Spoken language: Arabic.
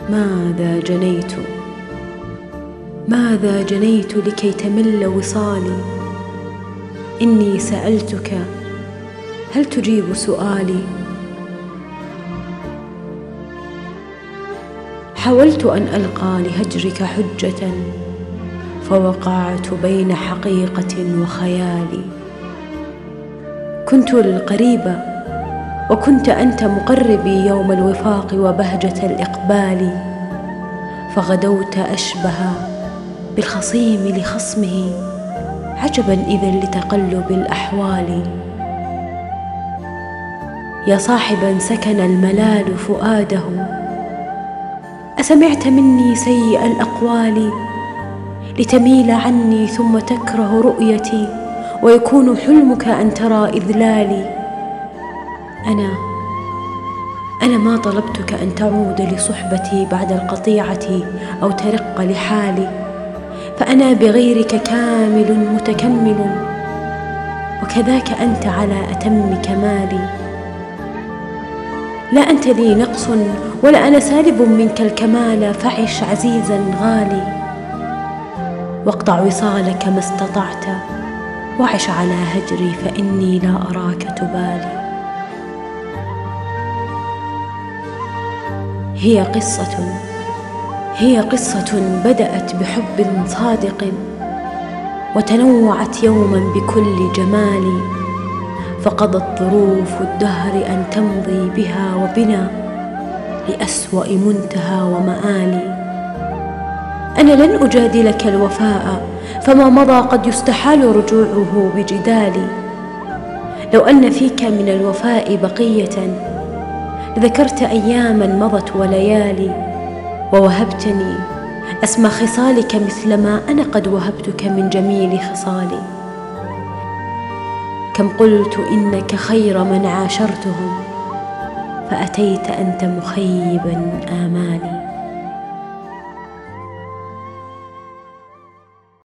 ماذا جنيت لكي تمل وصالي؟ إني سألتك هل تجيب سؤالي؟ حاولت أن ألقى لهجرك حجة، فوقعت بين حقيقة وخيال. كنت للقريب وكنت أنت مقربي يوم الوفاق وبهجة الإقبال، فغدوت أشبه بالخصيم لخصمه، عجبا إذا لتقلب الأحوال. يا صاحبا سكن الملال فؤاده، أسمعت مني سيء الأقوال، لتميل عني ثم تكره رؤيتي، ويكون حلمك أن ترى إذلالي. أنا ما طلبتك أن تعود لصحبتي بعد القطيعة أو ترق لحالي، فأنا بغيرك كامل متكمل، وكذاك أنت على أتم كمالي. لا أنت لي نقص ولا أنا سالب منك الكمال، فعش عزيزا غالي، واقطع وصالك ما استطعت، وعش على هجري فإني لا أراك تبالي. هي قصة بدأت بحب صادق، وتنوعت يوما بكل جمال، فقضت ظروف الدهر أن تمضي بها وبنا لأسوأ منتهى ومآل. أنا لن أجادلك الوفاء، فما مضى قد يستحال رجوعه بجدالي. لو أن فيك من الوفاء بقية لذكرت أياما مضت وليالي، ووهبتني أسمى خصالك مثلما أنا قد وهبتك من جميل خصالي. كم قلت إنك خير من عاشرتهم، فأتيت أنت مخيبا آمالي.